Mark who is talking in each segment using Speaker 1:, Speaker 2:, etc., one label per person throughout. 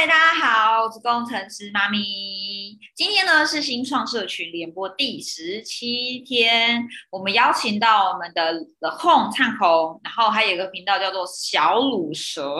Speaker 1: 嗨，大家好，我是工程师妈咪。今天呢是新创社群联播第17天，我们邀请到我们的 The Home 灿红，然后还有一个频道叫做小乳蛇，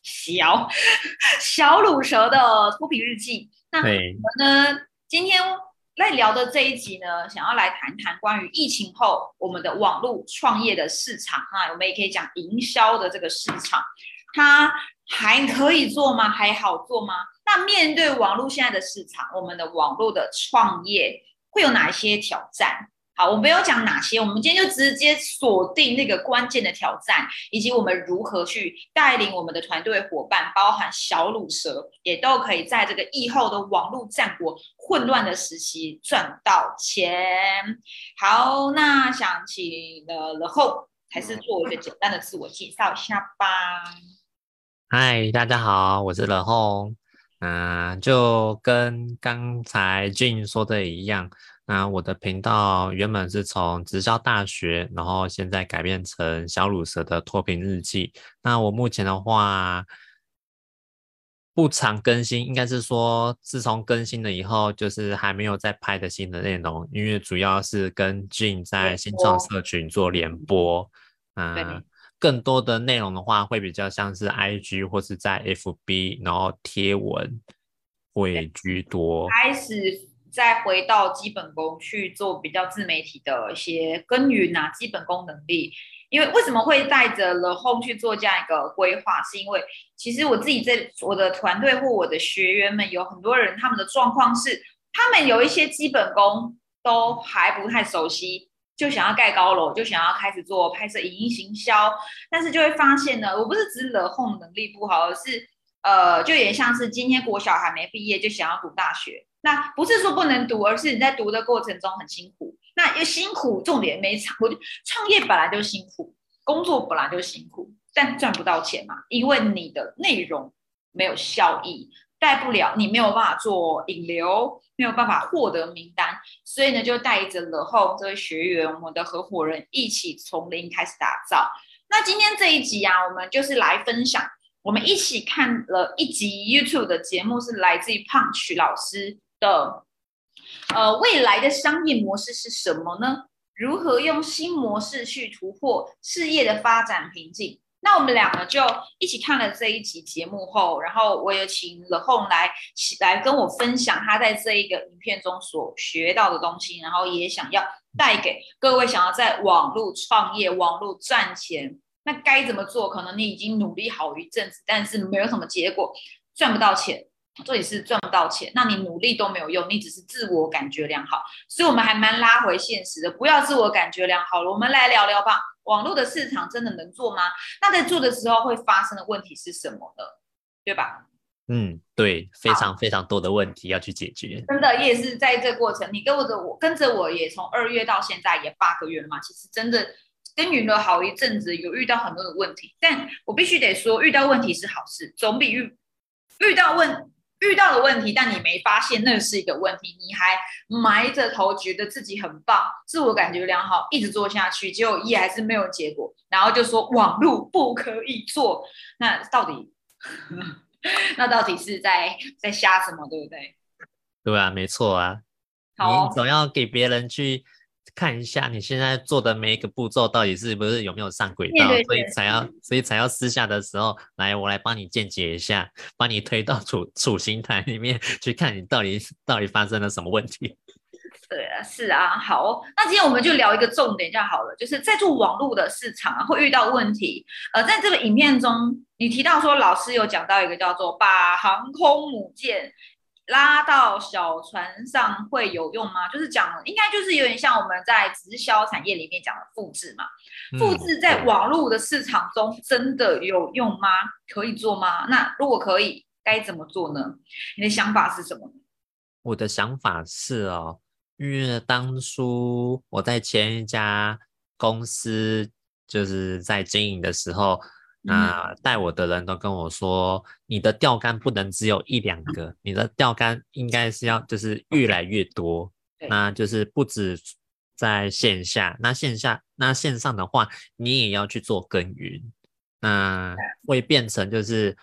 Speaker 1: 小乳蛇的脱贫日记。那我
Speaker 2: 对，
Speaker 1: 们呢今天来聊的这一集呢，想要来谈谈关于疫情后我们的网络创业的市场啊，我们也可以讲营销的这个市场。它还可以做吗？还好做吗？那面对网络现在的市场，我们的网络的创业会有哪一些挑战？好，我没有讲哪些，我们今天就直接锁定那个关键的挑战，以及我们如何去带领我们的团队伙伴，包含小乳蛇，也都可以在这个疫后的网络战国混乱的时期赚到钱。好，那想请了后，还是做一个简单的自我介绍一下吧。
Speaker 2: 嗨，大家好，我是乐红。就跟刚才 Jin 说的一样，我的频道原本是从直销大学，然后现在改变成小乳蛇的脱贫日记。那我目前的话不常更新，应该是说自从更新了以后，就是还没有再拍的新的内容，因为主要是跟 Jin 在新创
Speaker 1: 我
Speaker 2: 社群做联播。嗯、
Speaker 1: 对
Speaker 2: 更多的内容的话，会比较像是 IG 或是在 FB，然后贴文会居多。
Speaker 1: 开始再回到基本功去做比较自媒体的一些耕耘啊，基本功能力。因为为什么会带着 The Home 去做这样一个规划，是因为其实我自己在我的团队或我的学员们有很多人，他们的状况是，他们有一些基本功都还不太熟悉，就想要盖高楼，就想要开始做拍摄影音行销，但是就会发现呢，我不是指 The Home 能力不好，而是就有点像是今天国小还没毕业就想要读大学，那不是说不能读，而是你在读的过程中很辛苦。那又辛苦，重点没长，我创业本来就辛苦，工作本来就辛苦，但赚不到钱嘛，因为你的内容没有效益，带不了，你没有办法做引流，没有办法获得名单，所以呢，就带着了后这位学员，我们的合伙人一起从零开始打造。那今天这一集啊，我们就是来分享我们一起看了一集 YouTube 的节目，是来自于胖曲老师的。未来的商业模式是什么呢？如何用新模式去突破事业的发展瓶颈？那我们两个就一起看了这一集节目后，然后我也请了后来跟我分享他在这一个影片中所学到的东西，然后也想要带给各位想要在网络创业、网络赚钱，那该怎么做？可能你已经努力好一阵子，但是没有什么结果，赚不到钱。这里是赚不到钱，那你努力都没有用，你只是自我感觉良好，所以我们还蛮拉回现实的，不要自我感觉良好了，我们来聊聊吧。网络的市场真的能做吗？那在做的时候会发生的问题是什么呢？对吧？
Speaker 2: 嗯，对，非常
Speaker 1: 好，
Speaker 2: 非常多的问题要去解决。
Speaker 1: 真的也是在这个过程，你跟着我也从2月到现在也8个月了嘛，其实真的耕耘了好一阵子，有遇到很多的问题，但我必须得说，遇到问题是好事，总比遇到问遇到的问题，但你没发现那是一个问题，你还埋着头觉得自己很棒，自我感觉良好，一直做下去，结果也还是没有结果，然后就说网路不可以做，那到底那到底是在瞎什么，对不对？
Speaker 2: 对啊，没错啊，你
Speaker 1: 好哦，
Speaker 2: 总要给别人去看一下你现在做的每一个步骤到底是不是有没有上轨道，
Speaker 1: 面对现实，
Speaker 2: 所以才要私下的时候来，我来帮你见解一下，帮你推到处刑台里面去看你到底发生了什么问题。
Speaker 1: 对啊，是啊，好哦，那今天我们就聊一个重点就好了，就是在做网络的市场啊，会遇到问题。在这个影片中，你提到说老师有讲到一个叫做把航空母舰拉到小船上会有用吗？就是讲，应该就是有点像我们在直销产业里面讲的复制嘛。复
Speaker 2: 嗯，
Speaker 1: 制在
Speaker 2: 对，
Speaker 1: 网络的市场中真的有用吗？可以做吗？那如果可以，该怎么做呢？你的想法是什么呢？
Speaker 2: 我的想法是哦，因为当初我在前一家公司就是在经营的时候，
Speaker 1: 嗯
Speaker 2: 带我的人都跟我说，你的钓竿不能只有一两个，你的钓竿应该是要就是越来越多，
Speaker 1: 对，
Speaker 2: 那就是不止在线下，那线上的话，你也要去做耕耘，那会变成就是。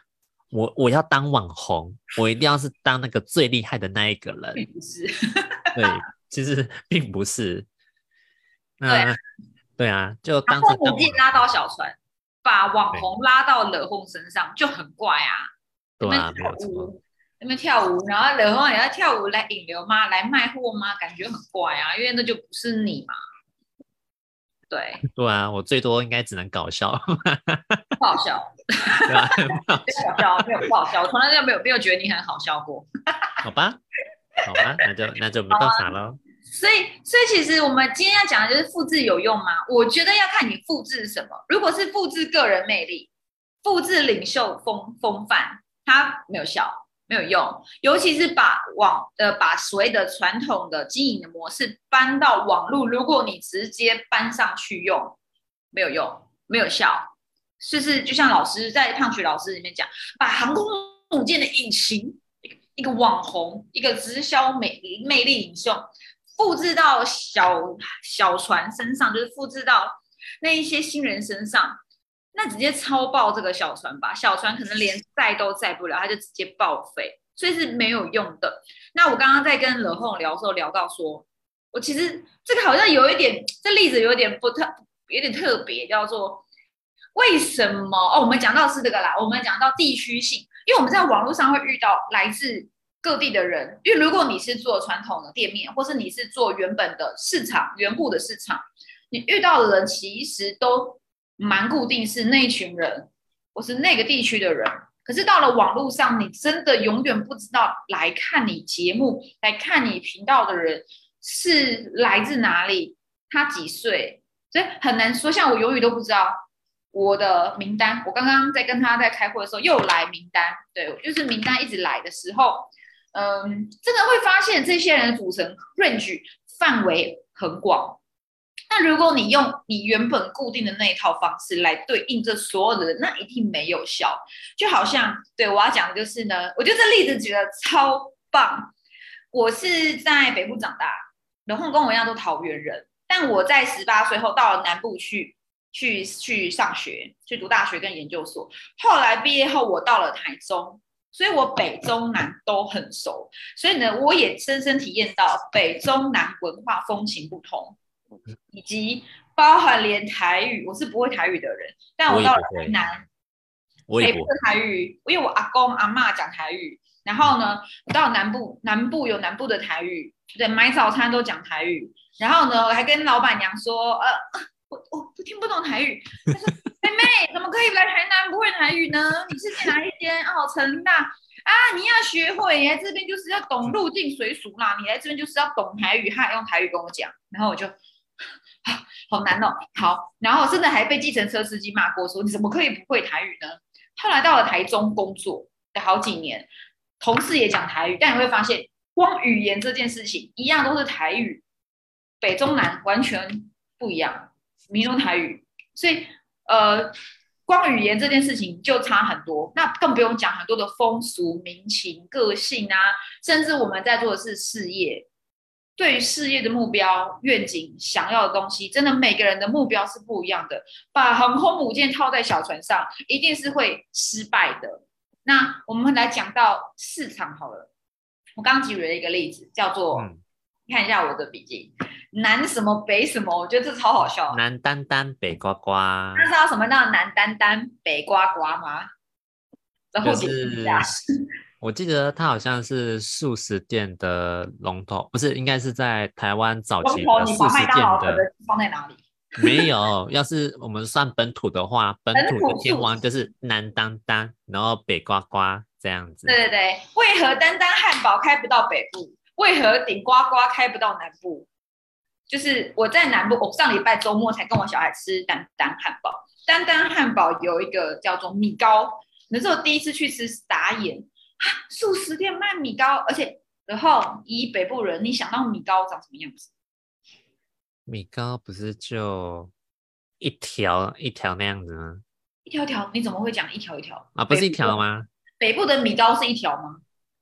Speaker 2: 我要当网红，我一定要是当那个最厉害的那一个人。
Speaker 1: 并不是。
Speaker 2: 对，其实并不是。
Speaker 1: 对啊，
Speaker 2: 那对啊，就
Speaker 1: 把
Speaker 2: 当成当
Speaker 1: 父母界拉到
Speaker 2: 网红。
Speaker 1: 小船，把网
Speaker 2: 对
Speaker 1: 红拉到惹红身上，就很怪啊。那边
Speaker 2: 对啊，没有错。
Speaker 1: 那边跳舞，然后惹红你要跳舞来引流吗？来卖货吗？感觉很怪啊，因为那就不是你嘛。对，
Speaker 2: 对啊，我最多应该只能搞笑。
Speaker 1: 不好笑，
Speaker 2: 对吧？不好
Speaker 1: 没有好
Speaker 2: 笑。
Speaker 1: 笑，没有不好笑，我从来就没有觉得你很好笑过。
Speaker 2: 好吧，好吧，那就没办法喽。
Speaker 1: 所以其实我们今天要讲的就是复制有用吗？我觉得要看你复制什么。如果是复制个人魅力、复制领袖风范，它没有效，没有用。尤其是把所谓的传统的经营的模式搬到网络，如果你直接搬上去用，没有用，没有效。就像老师在胖学老师里面讲，把航空母舰的引擎，一个网红，一个直销魅力领袖，复制到小船身上，就是复制到那一些新人身上，那直接超爆这个小船吧，小船可能连载都载不了，它就直接报废，所以是没有用的。那我刚刚在跟乐红聊的时候聊到说，我其实这个好像有一点，这例子有点有点特别，叫做为什么哦？我们讲到是这个啦，我们讲到地区性，因为我们在网络上会遇到来自各地的人，因为如果你是做传统的店面，或是你是做原本的市场、原户的市场，你遇到的人其实都蛮固定，是那一群人，或是那个地区的人。可是到了网络上，你真的永远不知道来看你节目、来看你频道的人是来自哪里，他几岁，所以很难说。像我永远都不知道我的名单，我刚刚在跟他在开会的时候又来名单，对，就是名单一直来的时候，真的会发现这些人组成 range 范围很广。那如果你用你原本固定的那一套方式来对应这所有的人，那一定没有效。就好像对我要讲的就是呢，我觉得这例子举得超棒。我是在北部长大，然后跟我一样都桃园人，但我在18岁后到了南部去上学，去读大学跟研究所。后来毕业后，我到了台中，所以我北中南都很熟。所以呢，我也深深体验到北中南文化风情不同，以及包含连台语，我是不会台语的人，但我到了台南，北部的台语，因为我阿公阿嬷讲台语。然后呢，我到南部，南部有南部的台语，对，买早餐都讲台语。然后呢，我还跟老板娘说，我听不懂台语。她说：妹妹，怎么可以来台南不会台语呢？你是念哪一间？哦，成大啊，你要学会，你来这边就是要懂入境随俗啦，你来这边就是要懂台语，他用台语跟我讲。然后我就，好难哦。好，然后甚至还被计程车司机骂过，说你怎么可以不会台语呢？后来到了台中工作的好几年。同事也讲台语，但你会发现，光语言这件事情一样都是台语，北中南完全不一样，闽南台语，所以光语言这件事情就差很多，那更不用讲很多的风俗民情、个性啊，甚至我们在做的是事业，对于事业的目标、愿景、想要的东西，真的每个人的目标是不一样的。把航空母舰套在小船上，一定是会失败的。那我们来讲到市场好了，我刚举了一个例子，叫做，你看一下我的笔记，南什么北什么，我觉得这超好笑。
Speaker 2: 南丹丹北呱呱，
Speaker 1: 那知道什么叫南丹丹北呱呱吗？然后
Speaker 2: 就是我记得它好像是素食店的龙头，不是，应该是在台湾早期的素食店的。
Speaker 1: 放在哪里？
Speaker 2: 没有，要是我们算本土的话，本土的天王就是南丹丹，然后北呱呱这样子。
Speaker 1: 对对对，为何丹丹汉堡开不到北部？为何顶呱呱开不到南部？就是我在南部，我上礼拜周末才跟我小孩吃丹丹汉堡。丹丹汉堡有一个叫做米糕，那是我第一次去吃，傻眼啊！素食店卖米糕，而且然后以北部人，你想到米糕长什么样子？
Speaker 2: 米糕不是就一条一条那样子吗？
Speaker 1: 一条条，你怎么会讲一条一条
Speaker 2: 啊？不是一条吗？
Speaker 1: 北部的米糕是一条吗？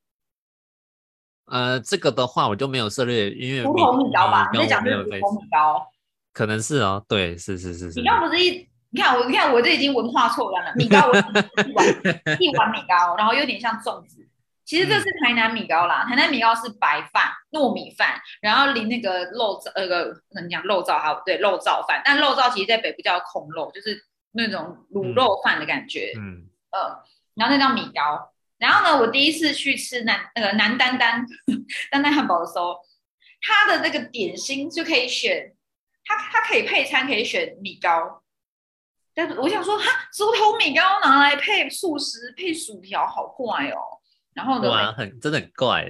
Speaker 2: 这个的话我就没有涉猎，因为
Speaker 1: 胡同米糕吧？你在讲
Speaker 2: 没有
Speaker 1: 胡同米糕，
Speaker 2: 可能是哦，对，是。
Speaker 1: 米糕不是你看我这已经文化错乱了。米糕我一碗米糕，然后有点像粽子。其实这是台南米糕啦，台南米糕是白饭、糯米饭，然后淋那个肉燥，怎么讲肉燥？好，对，肉燥饭。但肉燥其实在北部叫孔肉，就是那种卤肉饭的感觉。然后那叫米糕。然后呢，我第一次去吃南丹丹汉堡的时候，它的那个点心就可以选，它可以配餐，可以选米糕。但是我想说，哈，猪头米糕拿来配素食配薯条，好怪哦。然后呢，
Speaker 2: 哇，真的很怪。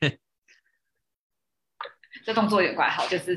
Speaker 1: 这动作有点怪，好，就是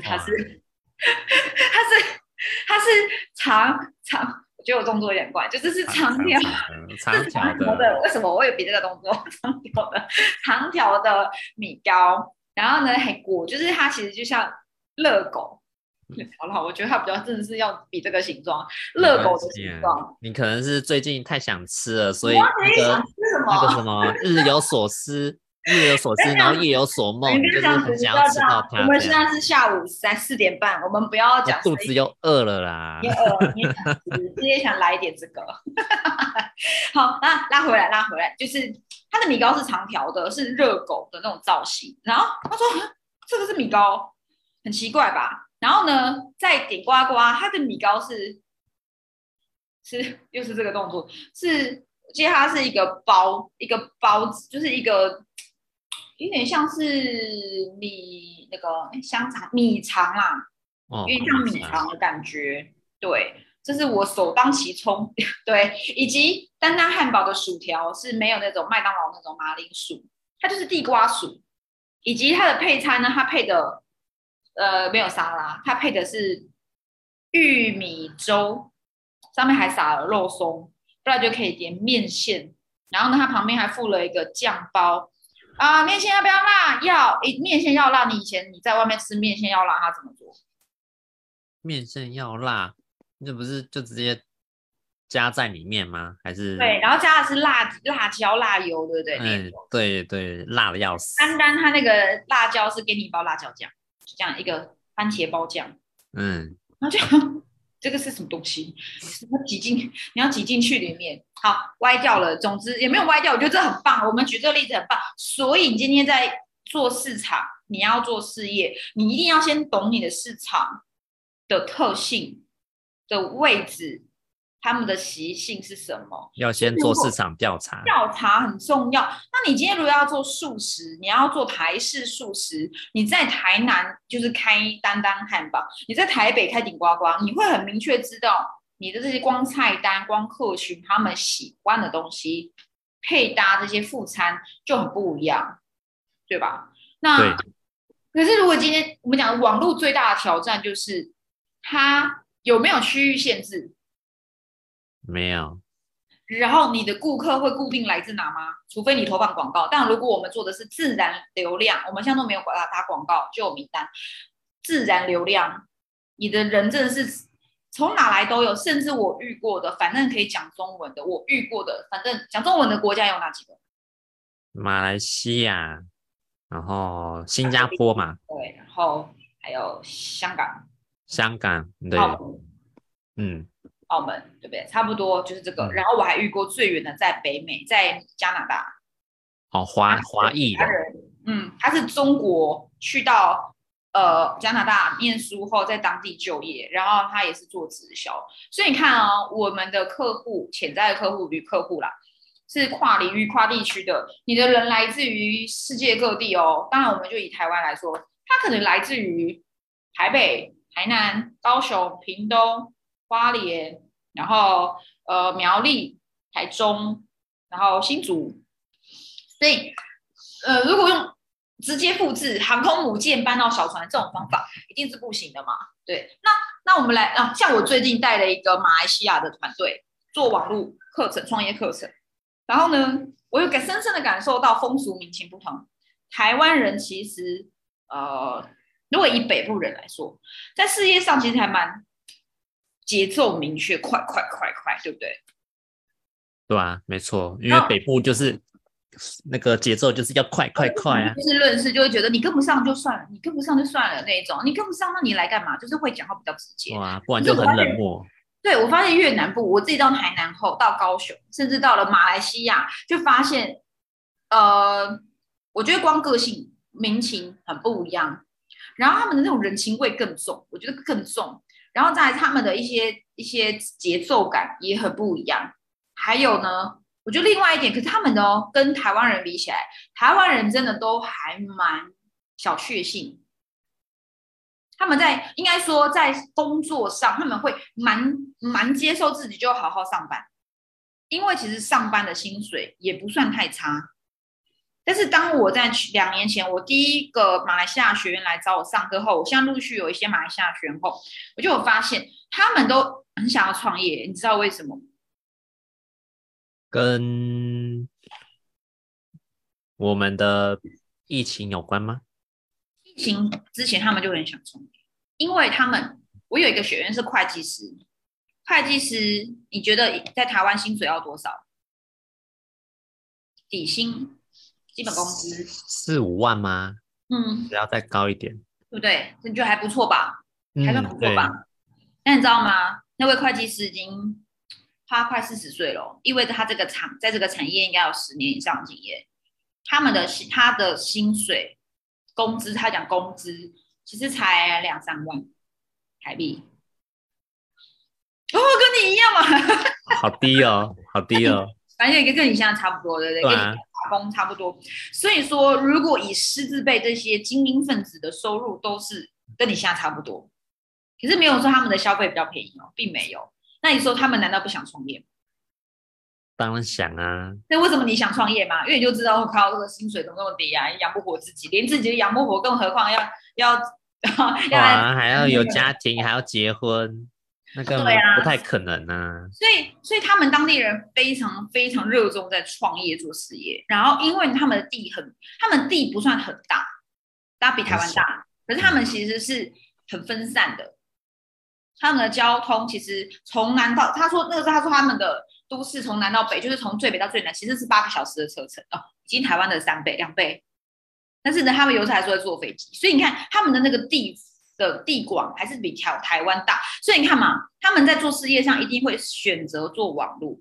Speaker 1: 它是长，我觉得我动作有点怪，就是长条的，为什么我有比这个动作长条的米糕，然后呢还裹，就是它其实就像热狗。好了，我觉得它比较真的是要比这个形状，热狗的形状。
Speaker 2: 你可能是最近太想吃了，所以那个什么日有所思，然后夜有所梦，你就是很想要吃到它。
Speaker 1: 我们现在是下午4点半，我们不要讲。
Speaker 2: 肚子又饿了啦，
Speaker 1: 也饿，你也想吃，你也想来一点这个。好，那拉回来，就是它的米糕是长条的，是热狗的那种造型。然后他说这个是米糕，很奇怪吧？然后呢，在点呱呱，它的米糕是又是这个动作，是我记得它是一个包子，就是一个有点像是那个香肠米肠啦，有点像米肠的感觉。对，这是我首当其冲。对，以及丹丹汉堡的薯条是没有那种麦当劳那种马铃薯，它就是地瓜薯，以及它的配餐呢，它配的没有沙拉，它配的是玉米粥，上面还撒了肉松，不然就可以点面线。然后呢，它旁边还附了一个酱包啊，面线要不要辣？要，面线要辣。你以前你在外面吃面线要辣，它怎么做？
Speaker 2: 面线要辣，那不是就直接加在里面吗？还是
Speaker 1: 对，然后加的是辣椒、辣油，对不
Speaker 2: 对？对，辣的要死。
Speaker 1: 单它那个辣椒是给你一包辣椒酱，就这样一个番茄包酱，然后就这个是什么东西？你要挤进去里面，好，歪掉了。总之也没有歪掉，我觉得这很棒。我们举这个例子很棒，所以你今天在做市场，你要做事业，你一定要先懂你的市场的特性的位置，他们的习性是什么？
Speaker 2: 要先做市场调查，
Speaker 1: 调查很重要。那你今天如果要做素食，你要做台式素食，你在台南就是开丹丹汉堡，你在台北开顶呱呱，你会很明确知道你的这些光菜单、光客群他们喜欢的东西，配搭这些副餐就很不一样，对吧？那可是如果今天我们讲网络最大的挑战就是它有没有区域限制？
Speaker 2: 没有。
Speaker 1: 然后你的顾客会固定来自哪吗？除非你投放广告。但如果我们做的是自然流量，我们现在都没有打广告就有名单，自然流量，你的人真的是从哪来都有。甚至我遇过的，反正可以讲中文的，我遇过的，反正讲中文的国家有哪几个？
Speaker 2: 马来西亚，然后新加坡嘛，
Speaker 1: 对，然后还有香港，
Speaker 2: 对，
Speaker 1: 澳门，对不对？差不多就是这个。然后我还遇过最远的在北美，在加拿大。
Speaker 2: 华裔的
Speaker 1: 人，他是中国去到加拿大念书后，在当地就业，然后他也是做直销。所以你看哦，我们的客户、潜在的客户与客户啦，是跨领域、跨地区的。你的人来自于世界各地哦。当然，我们就以台湾来说，他可能来自于台北、台南、高雄、屏东、花莲，然后苗栗、台中，然后新竹。所以如果用直接复制航空母舰搬到小船这种方法，一定是不行的嘛。对，那我们来像我最近带了一个马来西亚的团队做网络课程、创业课程，然后呢，我有深深的感受到风俗民情不同。台湾人其实如果以北部人来说，在事业上其实还蛮节奏明确，快，对不对？
Speaker 2: 对啊，没错，因为北部就是那个节奏就是要快啊，
Speaker 1: 就事论事，就会觉得你跟不上就算了，那一种，你跟不上那你来干嘛？就是会讲话比较直接，
Speaker 2: 哇，不然就很冷漠。
Speaker 1: 对，我发现越南部，我自己到台南后，到高雄，甚至到了马来西亚，就发现，呃，我觉得光个性、民情很不一样，然后他们的那种人情味更重，我觉得更重，然后再来他们的一些节奏感也很不一样。还有呢，我觉得另外一点，可是他们的哦，跟台湾人比起来，台湾人真的都还蛮小确幸，他们在应该说在工作上，他们会蛮接受自己就好好上班，因为其实上班的薪水也不算太差。但是当我在2年前，我第一个马来西亚学员来找我上课后，我现在陆续有一些马来西亚学员后，我就有发现他们都很想要创业，你知道为什么吗？
Speaker 2: 跟我们的疫情有关吗？
Speaker 1: 疫情之前他们就很想创业，因为我有一个学员是会计师，会计师你觉得在台湾薪水要多少？底薪、基本工资，
Speaker 2: 4、5万吗？
Speaker 1: 嗯，
Speaker 2: 只要再高一点。
Speaker 1: 对不对？你觉得还不错吧？还算
Speaker 2: 嗯，对。
Speaker 1: 不错吧？那你知道吗？那位会计师已经他快40岁了，意味着他在这个产业应该有10年以上的经验。他的薪水、工资，他讲工资其实才2、3万台币。哦，跟你一样嘛。
Speaker 2: 好低哦，好低哦。
Speaker 1: 反正一个跟你现在差不多，对不对？跟你
Speaker 2: 对啊，
Speaker 1: 打工差不多。所以说，如果以师资辈这些精英分子的收入都是跟你现在差不多，可是没有说他们的消费比较便宜哦，并没有。那你说他们难道不想创业吗？
Speaker 2: 当然想啊。
Speaker 1: 那为什么你想创业嘛？因为你就知道，我靠，这个薪水怎么那么低啊，养不活自己，连自己都养不活，更何况要要来
Speaker 2: 哇，还要有家庭，还要结婚，那根
Speaker 1: 对啊，
Speaker 2: 本不太可能啊。
Speaker 1: 所以他们当地人非常非常热衷在创业做事业，然后因为他们地不算很大，大比台
Speaker 2: 很小。
Speaker 1: 湾大，可是他们
Speaker 2: 嗯，
Speaker 1: 其实是很分散的。他们的交通其实从南到，他说他们的都市从南到北，就是从最北到最南，其实是8个小时的车程哦，已经台湾的3倍、2倍。但是呢，他们有时还是会坐飞机，所以你看他们的那个地广还是比台湾大，所以你看嘛，他们在做事业上一定会选择做网络。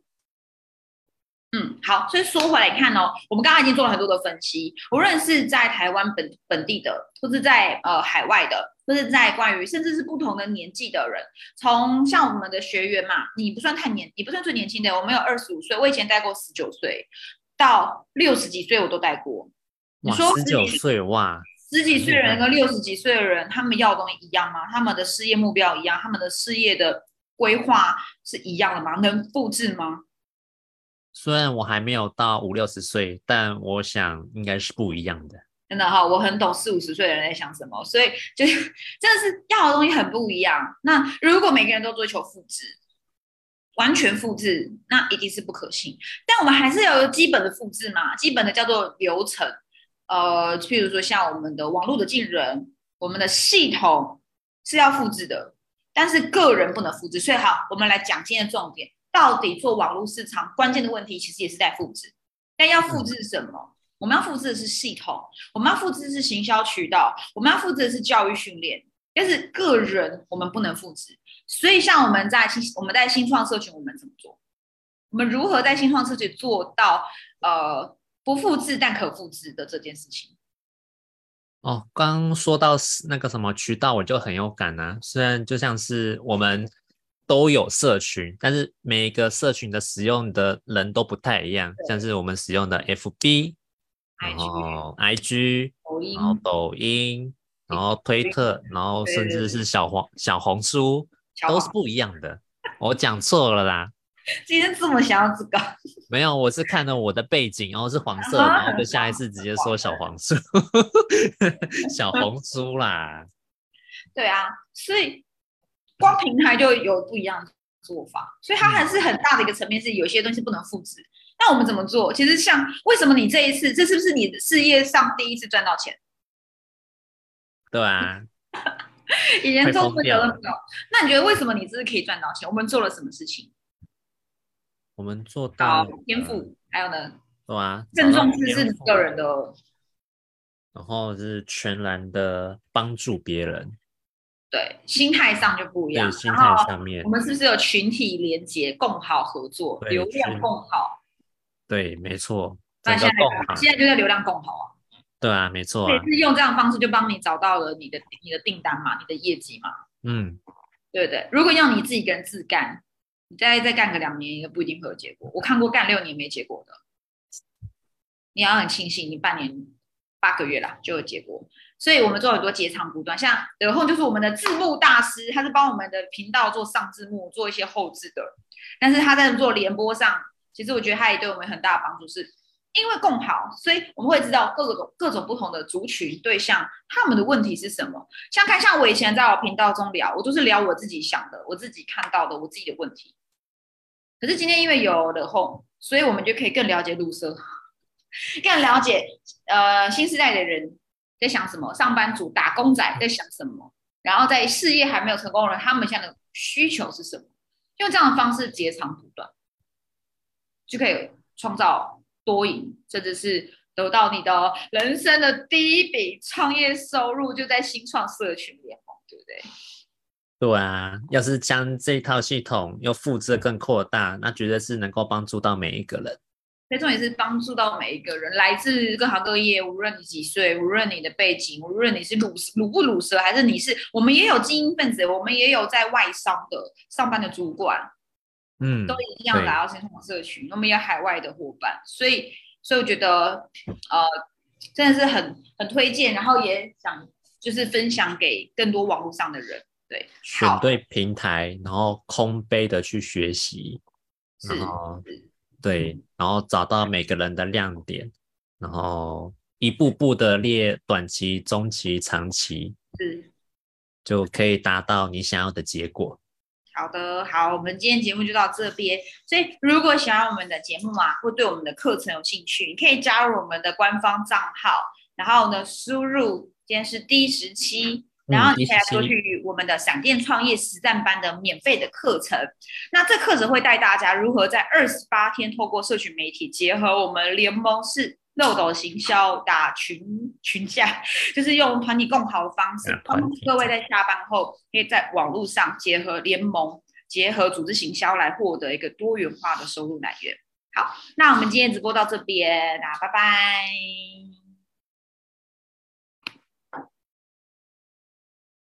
Speaker 1: 好，所以说回来看哦，我们刚刚已经做了很多的分析，无论是在台湾本地的，或是在海外的，或是在关于甚至是不同的年纪的人，从像我们的学员嘛，你不算最年轻的，我们有25岁，我以前带过19岁到60几岁我都带过。你
Speaker 2: 哇，
Speaker 1: 说
Speaker 2: 19岁，哇，
Speaker 1: 十几岁的人
Speaker 2: 很厉害。
Speaker 1: 跟60几岁的人，他们要的东西一样吗？他们的事业目标一样，他们的事业的规划是一样的吗？能复制吗？
Speaker 2: 虽然我还没有到50、60岁，但我想应该是不一样的。
Speaker 1: 真的哈，我很懂40、50岁的人在想什么，所以就是真的是要的东西很不一样。那如果每个人都追求复制，完全复制，那一定是不可行。但我们还是要有基本的复制嘛，基本的叫做流程。譬如说像我们的网络的进人，我们的系统是要复制的，但是个人不能复制。所以好，我们来讲今天的重点，到底做网络市场关键的问题其实也是在复制。但要复
Speaker 2: 嗯，
Speaker 1: 制什么？我们要复制的是系统，我们要复制的是行销渠道，我们要复制的是教育训练，但是个人我们不能复制。所以，像我们在新创社群，我们怎么做？我们如何在新创社群做到不复制但可复制的这件事情？
Speaker 2: 哦，刚说到那个什么渠道，我就很有感啊。虽然就像是我们都有社群，但是每一个社群的使用的人都不太一样。像是我们使用的 FB，然
Speaker 1: IG、
Speaker 2: 后 IG，然后
Speaker 1: 抖音、
Speaker 2: 抖音，然后推
Speaker 1: TikTok，
Speaker 2: 特，然后
Speaker 1: 对对对，
Speaker 2: 甚至是小红书，
Speaker 1: 小黄，
Speaker 2: 都是不一样的。我讲错了啦。
Speaker 1: 今天这么想要这个，
Speaker 2: 没有，我是看了我的背景，然后是黄色，然后就下一次直接说小黄书，小红书啦。
Speaker 1: 对啊，所以光平台就有不一样的做法，所以它还
Speaker 2: 嗯，
Speaker 1: 是很大的一个层面，是有些东西不能复制。那我们怎么做？其实像为什么你这一次，这是不是你的事业上第一次赚到钱？
Speaker 2: 对啊，
Speaker 1: 以前
Speaker 2: 快
Speaker 1: 都没有
Speaker 2: 疯掉了。
Speaker 1: 那么高。那你觉得为什么你这次可以赚到钱？我们做了什么事情？
Speaker 2: 我们做到
Speaker 1: 找
Speaker 2: 了，
Speaker 1: 天赋，还有呢，
Speaker 2: 对啊，找
Speaker 1: 更
Speaker 2: 到
Speaker 1: 重视是你个
Speaker 2: 天赋，
Speaker 1: 人的。
Speaker 2: 然后是全然的帮助别人。
Speaker 1: 对，心态上就不一样。
Speaker 2: 对，心态
Speaker 1: 然后
Speaker 2: 上面，
Speaker 1: 我们是不是有群体连结、共好合作、流
Speaker 2: 对，
Speaker 1: 量共好？
Speaker 2: 对，没错，整个
Speaker 1: 那现在
Speaker 2: 共好，
Speaker 1: 现在就在流量共好啊，
Speaker 2: 对啊，没错啊，
Speaker 1: 也是用这样的方式就帮你找到了你的订单嘛，你的业绩嘛，
Speaker 2: 嗯，
Speaker 1: 对不对？如果要你自己一个人自干，你再干个2年也不一定会有结果。我看过干6年没结果的，你要很庆幸你半年8个月啦就有结果。所以我们做很多截长补短，像德宏就是我们的字幕大师，他是帮我们的频道做上字幕，做一些后置的。但是他在做联播上，其实我觉得他也对我们很大的帮助，是因为共好，所以我们会知道各种不同的族群对象，他们的问题是什么。像我以前在我频道中聊，我都是聊我自己想的，我自己看到的，我自己的问题。可是今天因为有了 Home，所以我们就可以更了解路色，更了解新时代的人在想什么，上班族打工仔在想什么，然后在事业还没有成功的人，他们现在的需求是什么？用这样的方式截长补短，就可以创造多赢，甚至是得到你的人生的第一笔创业收入，就在新创社群联盟，对不对？
Speaker 2: 对啊，要是将这一套系统又复制更扩大，那绝对是能够帮助到每一个人。
Speaker 1: 所以重点是帮助到每一个人，来自各行各业，无论你几岁，无论你的背景，无论你是鲁不鲁蛇，还是我们也有精英分子，我们也有在外商的上班的主管，都
Speaker 2: 嗯，
Speaker 1: 一样来
Speaker 2: 对，
Speaker 1: 到新创社群，我们也有海外的伙伴，所以我觉得真的是很推荐，然后也想就是分享给更多网络上的人。对，好，
Speaker 2: 选对平台，然后空杯的去学习，然
Speaker 1: 是
Speaker 2: 后
Speaker 1: 是
Speaker 2: 对，然后找到每个人的亮点，然后一步步的列短期、中期、长期，
Speaker 1: 是。
Speaker 2: 就可以达到你想要的结果。
Speaker 1: 好的，好，我们今天节目就到这边。所以，如果喜欢我们的节目啊，或对我们的课程有兴趣，你可以加入我们的官方账号，然后呢，输入今天是第17，然
Speaker 2: 嗯，
Speaker 1: 后你可以来索
Speaker 2: 第十七，
Speaker 1: 取我们的闪电创业实战班的免费的课程。那这课程会带大家如何在28天透过社群媒体结合我们联盟式漏斗行销打群架，就是用团体共好的方式，帮助
Speaker 2: 团体战，
Speaker 1: 各位在下班后可以在网络上结合联盟、结合组织行销来获得一个多元化的收入来源。好，那我们今天直播到这边，那拜拜。